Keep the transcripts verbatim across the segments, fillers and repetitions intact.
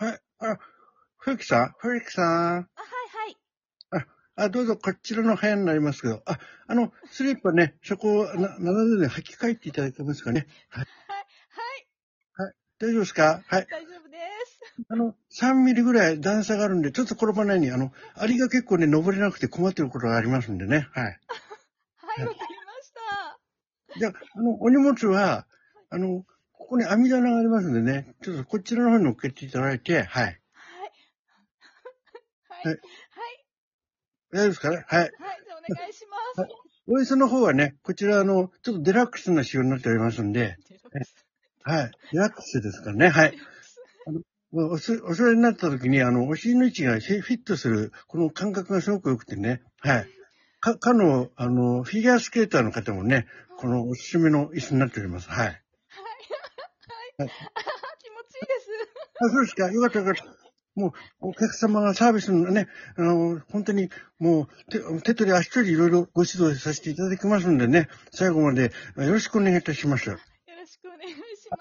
はい。あ、冬木さん冬木さん。 あ、はいはい。 あ、あ、どうぞ、こちらの部屋になりますけど。あ、あの、スリッパね、そこを、な、ななで履き替えていただけますかね。はい。 はい、 はい。大丈夫ですか？はい。 大丈夫です。 あの、さんミリぐらい段差があるんで、ちょっと転ばないように、あの、アリが結構ね、登れなくて困ってることがありますんでね。はい。 はい、 はい。 わかりました。 じゃあ、あの、お荷物は、あの、ここに網棚がありますんでね、ちょっとこちらの方に乗っけていただいて、はい。 はい。はい。 はい。 はい。 大丈夫ですかね？はい。 はい、じゃあお願いします。 はい。お椅子の方はね、こちら、あの、ちょっとデラックスな仕様になっておりますんで、 デラックス。 はい。デラックスですからね。はい。 デラックス。 あの、おす、お座りになった時に、あの、お尻の位置がフィフィットする、この感覚がすごく良くてね。はい。か、かの、あの、フィギュアスケーターの方もね、このおすすめの椅子になっております。はい。 はい。 はい。 あ、気持ちいいです。 あ、そうですか。よかったよかった。もう、お客様がサービスのね、あの、本当に、もう、手、手取り足取りいろいろご指導させていただきますんでね、最後までよろしくお願いいたします。 よろしくお願いします。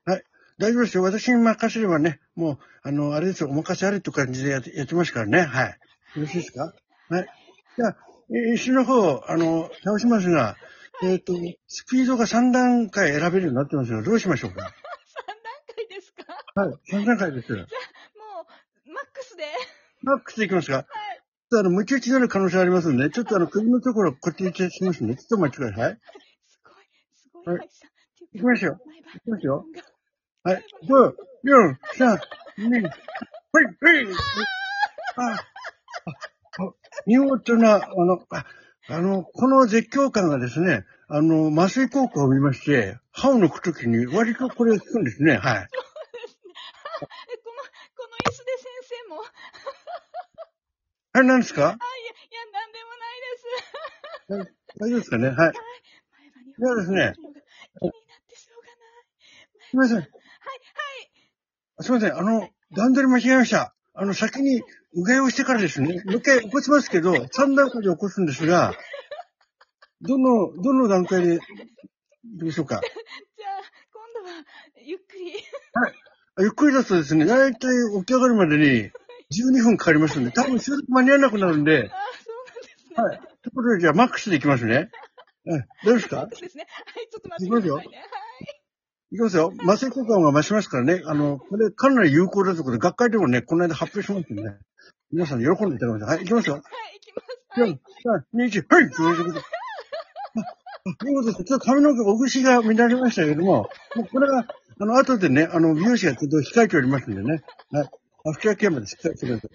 はい。大丈夫ですよ。私に任せればね、もう、あの、あれですよ。お任せあれって感じでやってやってますからね。はい。よろしいですか？はい。じゃあ、えー椅子の方、あの、倒しますが、えっと、スピードがさん段階選べるようになってますが、どうしましょうか？ さん段階ですか？ はい。さん段階です。 じゃあ、もう、マックスで。 マックスでいきますか？ はい。 ちょっとあの、ムチ打ちになる可能性ありますんで、ちょっとあの、首のところ、こっちにしますんで、ちょっとお待ちください。 すごい、すごいはい。 歯医者。っていうか、 行きますよ。 毎晩、 行きますよ。 毎晩が、 はい。 毎晩が。 ご、よん、さん、に、はい、はい。あ、あ見事な、あの、ああの、この絶叫感がですね、あの、麻酔効果を見まして、歯を抜くときに割とこれ効くんですね。はい。 そうですね。え、この、この椅子で先生も。 はい、何ですあ、いか？ や、いや、なんでもないです。 大丈夫ですかね？はい。 はい。毎晩にではですね、 のが気になってしょうがない。 すみません。 はい、 すみません。あの、段取り間違えました。あの、先にうがいをしてからですね、もう一回起こしますけど、さん段階で起こすんですが、どの、どの段階で、どうしようか。 じゃあ、今度は、ゆっくり。 はい。ゆっくりだとですね、だいたい起き上がるまでにじゅうにふんかかりますんで、多分収録間に合わなくなるんで、 あ、そうなんですね。 はい。ということで、じゃあ、マックスでいきますね。はい。大丈夫ですか？ 本当ですね。はい、ちょっと待いきますよ。 ってくださいね。はい。 いきますよ。麻酔効果が増しますからね。あの、これ、かなり有効だということで、学会でもね、この間発表しましたんでね。皆さん喜んでいただきました。はい、いきますよ。 はい、行きます。はよん、 い。 さん、に、いち、はい。ということで見事です。ちょっと髪の毛、おぐしが乱れましたけども、もうこれは、あの、後でね、あの、美容師がちょっと控えておりますんでね。はい。アフターケアまでしっかりしてくださ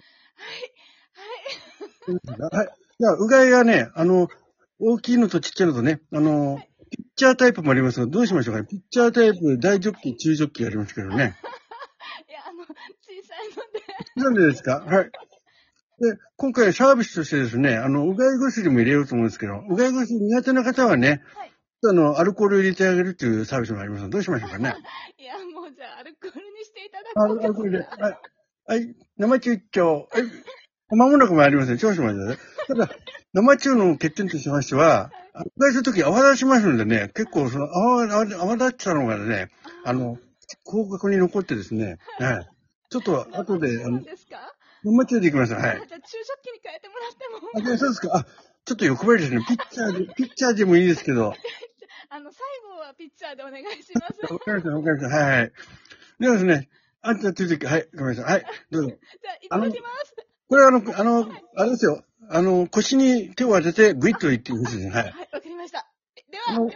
い。はい。じゃあ、うがいがね、あの、大きいのとちっちゃいのとね、あの、ピッチャータイプもありますが、どうしましょうかね。ピッチャータイプ、大ジョッキ、中ジョッキありますけどね。 いや、あの、小さいので。 なんでですか？はい。で、今回サービスとしてですね、あの、うがい薬も入れようと思うんですけど、うがい薬苦手な方はね、 はい。 あの、アルコールを入れてあげるっていうサービスもありますので、どうしましょうかね。 いや、もうじゃあ、アルコールにしていただあ、アこうかルコールで。 しら。 はい。はい。生中一丁。はい。まもなく参りますね。少々お待ちください。ただ、生中の欠点としましては、あのうがいするとき泡立ちますのでね、結構その泡、泡泡立ったのがね、ああの、広角に残ってですね、はい。ちょっとあ、 後で、あの、 生中なんですか？ 生中で行きます。はあ、じゃい。 あ、中食器に変えてもらっても。 あ、でそうですか。あ、ちょっと欲張りですね。ピッチャーで、ピッチャーでもいいですけど。 あの、最後はピッチャーでお願いします。 わかりました、わかりました。はいはい。ではですね、あんた続き、はい、ごめんなさい。はい、どうぞ。 じゃあ、いあの、 ただきます。 これあの、あの、あれですよ。あの、腰に手を当てて、グイッと言ってほしいですね。はい。 はい、わかりました。では、 あの、 いきます。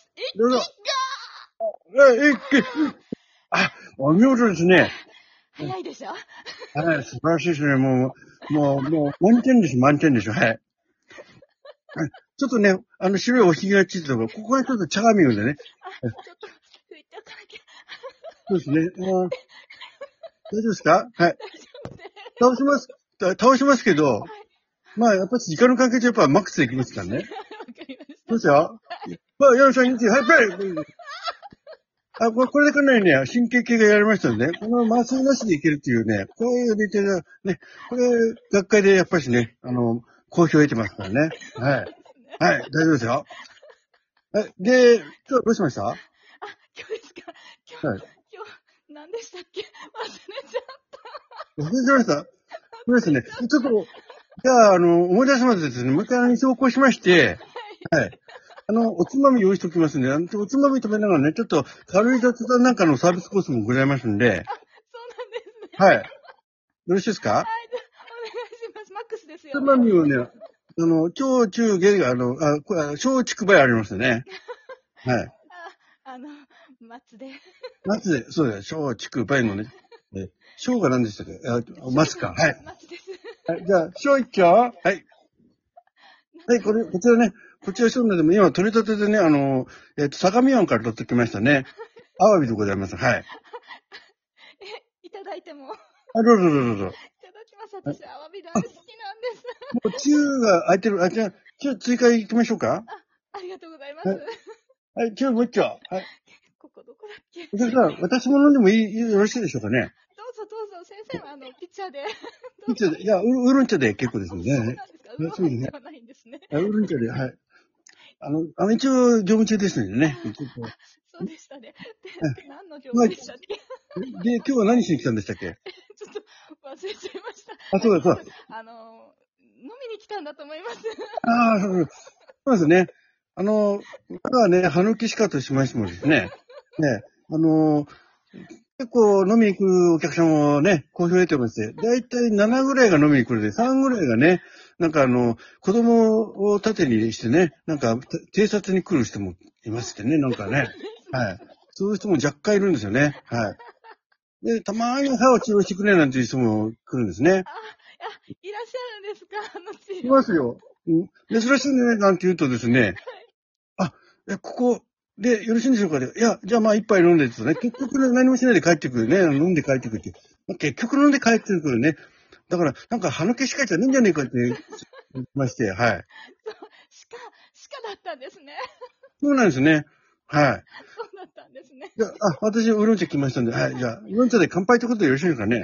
いどうぞ。 きえ、え、え、あ、お見事ですね。 早いでしょ？ はい、素晴らしいですね。もう、もう、もう、満点です、満点です。はい。はい。ちょっとね、あの、白いおひげがついてたから、ここがちょっと茶髪ようでね。 あ、ちょっと、拭いておかなきゃ。 そうですね。あー大丈夫ですか？はい。 大丈夫です。 倒します。た倒しますけど、 はい。 まあ、やっぱり時間の関係上、やっぱマックスでいきますからね。 わかりました。 そうですよ。まあ、よん、さん、に、はい、プレイあ、これ、これでかなりね、神経系がやられましたんでね、この麻酔なしでいけるっていうね、こういう利点が、ね、これ、学会でやっぱりね、あの、好評を得てますからね。はい。はい、大丈夫ですよ。はい。で、今日どうしました？はあ、今日ですか？今日、 い。 今日、何でしたっけ？忘れちゃ忘れてました。そうですね。ちょっと、じゃあ、あの、思い出しますですね。もう一回、あの、投稿しまして、はい。あの、おつまみ用意しておきますんで、あのおつまみ食べながらね、ちょっと軽い雑談なんかのサービスコースもございますんで、 そうなんですね。 はい。よろしいですか？ はい、じゃあお願いします。マックスですおつよ。 まみをね、あの、超中下が、あの、あ、これ、小畜梅ありますよね。はい。 あ、あの、松で。 松で、そうだよ、小畜梅のね、え、小が何でしたっけ？あ、松か。はい。 松です。 はい、じゃあ、小一丁。はい。はい、これ、こちらね、こちら小なんでも今取れたてでね、あの、えっと、相模湾から取ってきましたね。アワビでございます。はい。 え、いただいても。 あ、どうぞどうぞどうぞ。 いただきます。私、アワビ大好きなんです。 もう、中が空いてる。あ、じゃあ、中追加行きましょうか。 ありがとうございます。 はいはい、中もう一丁。はい。 ここどこだっけ？ お客さん、私も飲んでもいい、よろしいでしょうかね。 どうぞどうぞ、先生はあの、ピッチャーで。 ピッチャーで、いや、ウウーロン茶で結構ですね。 そうなんですか。うまそうですね。 いではないんですね。 ウーロン茶で、はい。あの、あの、一応、業務中ですのでね。ちょっとそうでしたね。で、何の業まあ務でしたっけ？ で、今日は何しに来たんでしたっけ？ ちょっと忘れちゃいました。 あ、そうだ、そうだ。 あの、飲みに来たんだと思います。 ああ、そうそうそうですね。あの、まだね、歯抜き歯科としましてもですね、ね、あの、結構飲みに来るお客さんもね、好評得てまして、だいたいななぐらいが飲みに来るで、さんぐらいがね、なんかあの、子供を盾にしてね、なんか、偵察に来る人もいましてね、なんかね。はい。そういう人も若干いるんですよね。はい。で、たまーに歯を治療してくれなんていう人も来るんですね。 あ、いや、いらっしゃるんですか？あの治療。 いますよ。うん、珍しいね、なんて言うとですね、あ、え、ここでよろしいんでしょうかね。いや、じゃあまあ一杯飲んでですね、結局ね、何もしないで帰ってくるね。飲んで帰ってくるって。まあ結局飲んで帰ってくるね。だから、なんか歯抜けしかじゃねえんじゃねえかって言いまして、はい。 そう、鹿、鹿だったんですね。 そうなんですね。はい。 そうだったんですね。 じゃあ、あ、私、ウーロン茶来ましたんで、はい。じゃあ、ウーロン茶で乾杯ってことでよろしいですかね。 はい、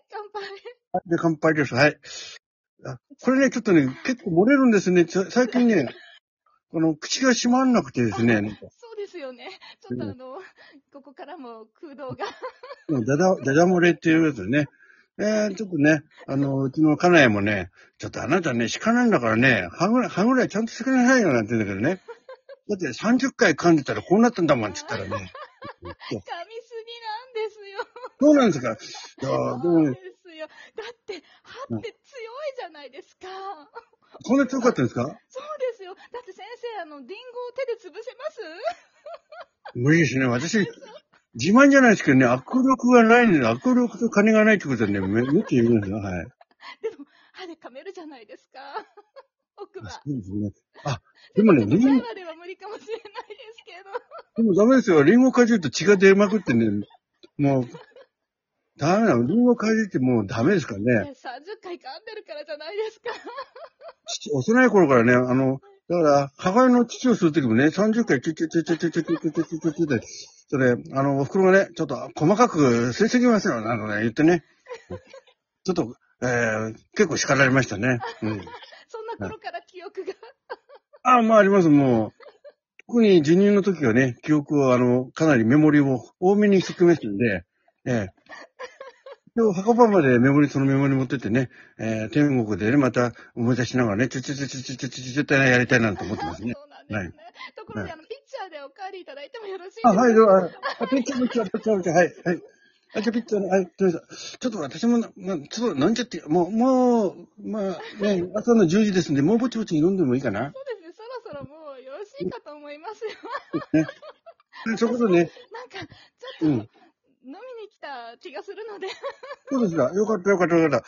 乾杯。 はい。で、乾杯です。はい。あ、これね、ちょっとね、結構漏れるんですね。ちょ最近ね、この口が閉まんなくてですね、なんかそうですよね。ちょっとあの、ここからも空洞が。 もうダダ、ダダ漏れっていうやつね。えー、ちょっとね、あの、うちの家内もね、ちょっとあなたね、鹿なんだからね、歯ぐらい、歯ぐらいちゃんとしてくれなさいよなんて言うんだけどね。だってさんじゅっかい噛んでたらこうなったんだもんって言ったらね。 噛みすぎなんですよ。 そうなんですか。いやーでもそうね、 ですよ。だって、歯って強いじゃないですか。 そんな強かったんですか？ そうですよ。だって先生、あの、リンゴを手で潰せます？ 無理ですね。私、自慢じゃないですけどね、握力がないんで、握力と金がないってことはね、め、めっちゃ言うんですよ。はい。 でも、歯で噛めるじゃないですか。奥歯。 そうですね。あ、でもね、 ちょっとリンゴ、 前までは無理かもしれないですけど。 でもダメですよ。リンゴかじると血が出まくってね、もう、ダメなの。リンゴかじってもうダメですからね。 ね、さんじゅっかい噛んでるからじゃないですか。 父幼い頃からね、あの、だから、母親の父をするときもね、さんじゅっかい、ちょちょちょちょちょちょちょちょちょちょちょって、それ、あの、お袋がね、ちょっと細かく吸いすぎますよ、あのね、言ってね。ちょっと、えー、結構叱られましたね。うん。 そんな頃から記憶が。 ああ、まああります、もう。特に授乳の時はね、記憶を、あの、かなりメモリを多めにしてきますんで、ええ。でも、墓場までメモリ、そのメモリ持ってってね、えー、天国でね、また思い出しながらね、ちょちょちょちょちょちょちょ絶対やりたいなと思ってますね。 そうなんですね。ところで、あの、ピッチャーでお代わりいただいてもよろしいですか？ あ、はい、どうも、あ、ピッチャー、ピッチャー、ピッチャー、ピッチャー、はい、はい。あ、じゃあピッチャーの、はい、どうぞ。ちょっと私もな、なちょっと飲んじゃって、もう、もう、まあ、ね、朝のじゅうじですんで、もうぼちぼち飲んでもいいかな。 そうですね、そろそろもうよろしいかと思いますよ。 ね。そういうことね。 なんか、ちょっと、 うん。 飲みに来た気がするので。 そうですか。よかった、よかった、よかった。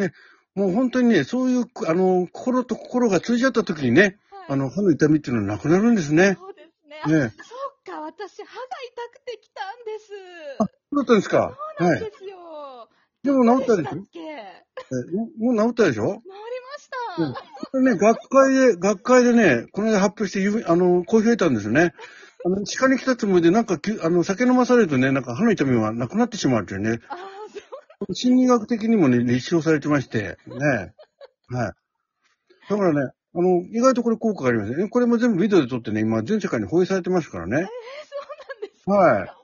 ね、もう本当にね、そういう、あの、心と心が通じ合った時にね、 はい。 あの、歯の痛みっていうのはなくなるんですね。 そうですね。あ、 ね。 そうか、私、歯が痛くて来たんです。 そうだったんですか。はい。 そうなんですよ。 でもどこ治ったでしょ？ でしたっけ？治りえ、ももう治ったでしょ？ ましうん。 た。 これね、学会で、学会でね、この間発表してゆ、あの、公表得たんですよね。あの、歯科に来たつもりで、なんかきゅ、あの、酒飲まされるとね、なんか歯の痛みはなくなってしまうっていうね、 ああ、そう。 心理学的にもね、立証されてまして、ね。はい。だからね、あの、意外とこれ効果がありますね。これも全部ビデオで撮ってね、今全世界に放映されてますからね。 えー、そうなんですか。 はい。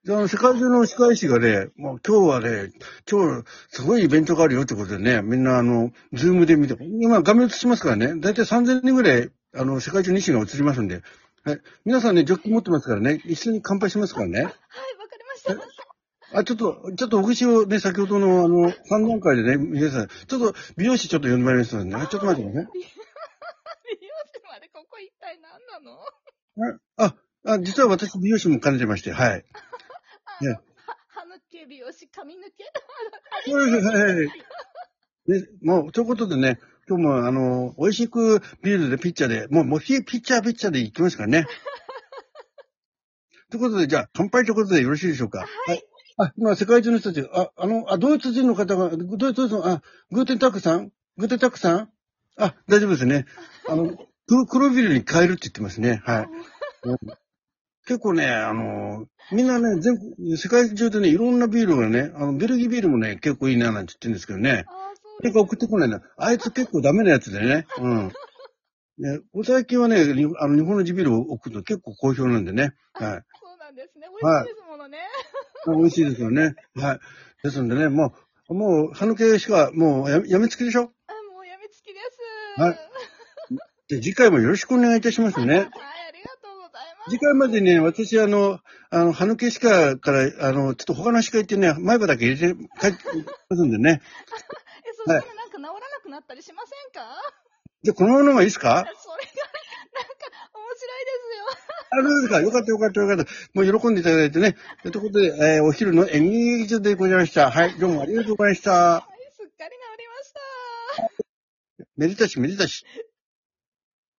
で、あの、世界中の歯科医師がね、もう今日はね、今日、すごいイベントがあるよってことでね、みんなあの、ズームで見て、今画面映しますからね、だいたいさんぜんにんぐらい、あの、世界中の医師が映りますんで、はい。皆さんね、ジョッキ持ってますからね、一緒に乾杯しますからね。 はい、わかりました。 あ、ちょっと、ちょっとお口をね、先ほどのあの、さん段階でね、皆さん、ちょっと美容師ちょっと呼んでまいりますのでね、ちょっと待ってくださいね。 美容師までここ一体何なの？ あ、あ、実は私美容師も兼ねてまして、はい。ね。 歯抜け美容師、髪抜けそうです、はいはい。で、もう、ということでね、今日もあの、美味しくビールでピッチャーで、もう、もうピッチャーピッチャーでいきますからね。ということで、じゃあ、乾杯ということでよろしいでしょうか。はい。あ、今、世界中の人たち、あ、あの、あ、ドイツ人の方が、ドイツ人、あ、グーテンタックさんグーテンタックさんあ、大丈夫ですね。あの、黒黒ビールに変えるって言ってますね。はい。うん結構ね、あの、みんなね、全国、世界中でね、いろんなビールがね、あの、ベルギービールもね、結構いいななんて言ってるんですけどね。 ああ、そう結構送ってこないな。あいつ結構ダメなやつでね。うん。ね、最近はね、にあの、日本の地ビールを送ると結構好評なんでね。はい。 そうなんですね。美味しいですものね。 美味しいですよね。はい。ですんでね、もう、もう、歯抜けしか、もうや、やめつきでしょあ、もうやみつきです。 はい。で、次回もよろしくお願いいたしますね。 はい、ありがとうございます。 次回までね、私、あの、あの、歯抜け歯科から、あの、ちょっと他の歯科行ってね、前歯だけ入れて帰ってますんでね。 え、そしたらなんか治らなくなったりしませんか？ じゃあ、このままのがいいですかそれが、なんか、面白いですよ。 あ、そうですか。よかったよかったよかった。もう喜んでいただいてね。ということで、えーお昼の演技劇場でございました。はい、どうもありがとうございました。 はい、すっかり治りました。 めでたしめでたし。